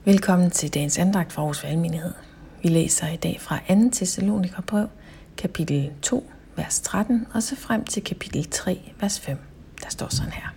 Velkommen til dagens andagt fra Aarhus Valgmenighed. Vi læser i dag fra 2. Tessalonikerbrev, kapitel 2, vers 13, og så frem til kapitel 3, vers 5. Der står sådan her.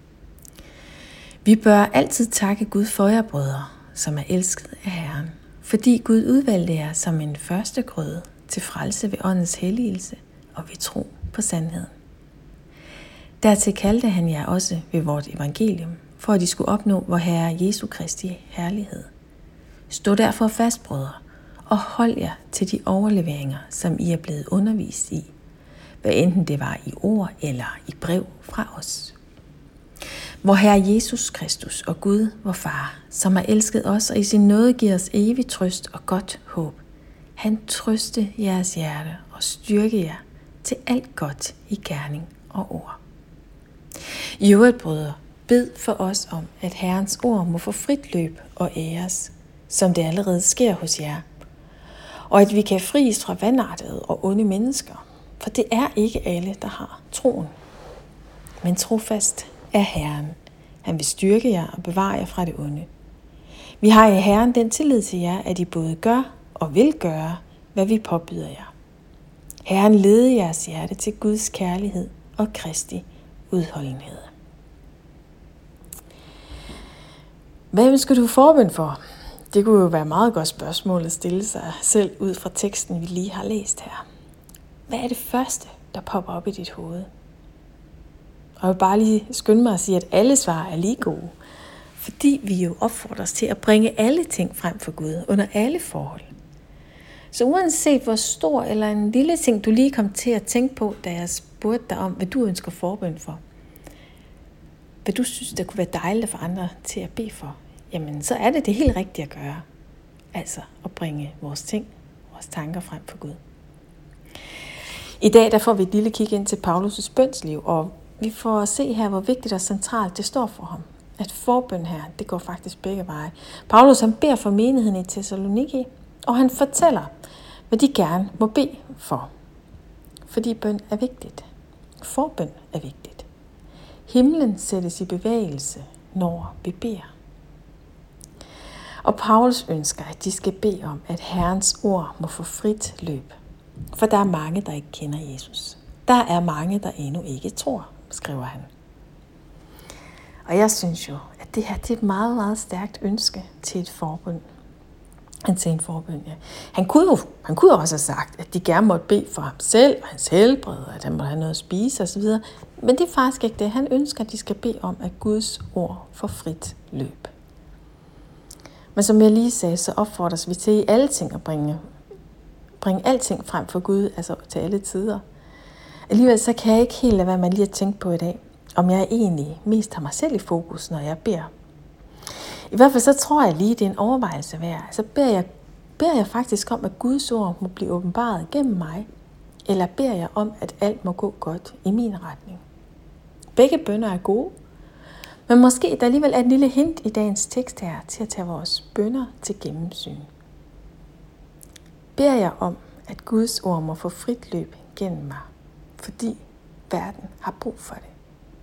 Vi bør altid takke Gud for jer, brødre, som er elsket af Herren, fordi Gud udvalgte jer som en første grøde til frelse ved åndens helligelse og ved tro på sandheden. Dertil kaldte han jer også ved vort evangelium, for at I skulle opnå vor Herre Jesu Kristi herlighed. Stå derfor fast, brødre, og hold jer til de overleveringer, som I er blevet undervist i, hvad enten det var i ord eller i brev fra os. Vor Herre Jesus Kristus og Gud, vor Far, som har elsket os og i sin nåde giver os evig trøst og godt håb, han trøste jeres hjerte og styrke jer til alt godt i gerning og ord. I øvrigt, brødre, bed for os om, at Herrens ord må få frit løb og æres, som det allerede sker hos jer, og at vi kan fries fra vanartede og onde mennesker, for det er ikke alle, der har troen. Men trofast er Herren. Han vil styrke jer og bevare jer fra det onde. Vi har i Herren den tillid til jer, at I både gør og vil gøre, hvad vi påbyder jer. Herren lede jeres hjerte til Guds kærlighed og Kristi udholdenhed. Hvad ønsker du forbøn for? Det kunne jo være et meget godt spørgsmål at stille sig selv ud fra teksten, vi lige har læst her. Hvad er det første, der popper op i dit hoved? Og jeg vil bare lige skynde mig at sige, at alle svar er lige gode. Fordi vi jo opfordres til at bringe alle ting frem for Gud under alle forhold. Så uanset hvor stor eller en lille ting, du lige kom til at tænke på, da jeg spurgte dig om, hvad du ønsker forbøn for, hvad du synes, der kunne være dejligt for andre til at bede for, jamen så er det helt rigtige at gøre. Altså at bringe vores ting, vores tanker frem for Gud. I dag der får vi et lille kig ind til Paulus' bønsliv, og vi får at se her, hvor vigtigt og centralt det står for ham. At forbøn her, det går faktisk begge veje. Paulus han beder for menigheden i Thessaloniki, og han fortæller, hvad de gerne må bede for. Fordi bøn er vigtigt. Forbøn er vigtigt. Himlen sættes i bevægelse, når vi beder. Og Paulus ønsker, at de skal bede om, at Herrens ord må få frit løb. For der er mange, der ikke kender Jesus. Der er mange, der endnu ikke tror, skriver han. Og jeg synes jo, at det her det er et meget, meget stærkt ønske til et forbøn. Til en forbøn, ja. Han kunne jo også have sagt, at de gerne måtte bede for ham selv og hans helbred, at han måtte have noget at spise osv. Men det er faktisk ikke det. Han ønsker, at de skal bede om, at Guds ord får frit løb. Men som jeg lige sagde, så opfordres vi til i alle ting at bringe alting frem for Gud, altså til alle tider. Alligevel så kan jeg ikke helt lade være med lige at tænke på i dag, om jeg egentlig mest har mig selv i fokus, når jeg beder. I hvert fald så tror jeg lige, det er en overvejelse værd. Så beder jeg faktisk om, at Guds ord må blive åbenbaret gennem mig, eller beder jeg om, at alt må gå godt i min retning. Begge bønner er gode, men måske der alligevel er et lille hint i dagens tekst her til at tage vores bønner til gennemsyn. Beder jeg om, at Guds ord må få frit løb gennem mig, fordi verden har brug for det.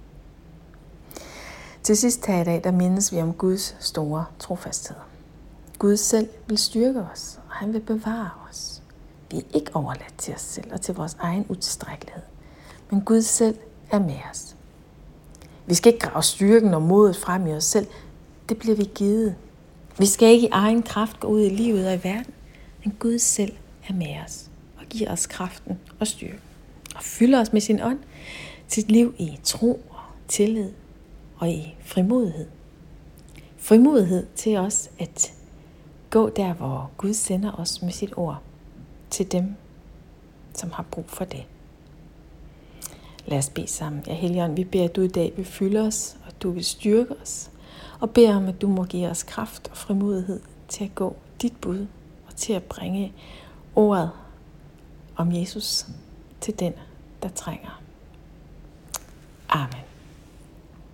Til sidst her i dag, der mindes vi om Guds store trofasthed. Gud selv vil styrke os, og han vil bevare os. Vi er ikke overladt til os selv og til vores egen utilstrækkelighed, men Gud selv er med os. Vi skal ikke grave styrken og modet frem i os selv. Det bliver vi givet. Vi skal ikke i egen kraft gå ud i livet og i verden, men Gud selv er med os og giver os kraften og styrken og fylder os med sin ånd til et liv i tro og tillid og i frimodighed. Frimodighed til os at gå der, hvor Gud sender os med sit ord til dem, som har brug for det. Lad os bede sammen. Ja, Helligånd, vi beder, at du i dag vil fylde os, og du vil styrke os, og beder om, at du må give os kraft og frimodighed til at gå dit bud, og til at bringe ordet om Jesus til den, der trænger. Amen.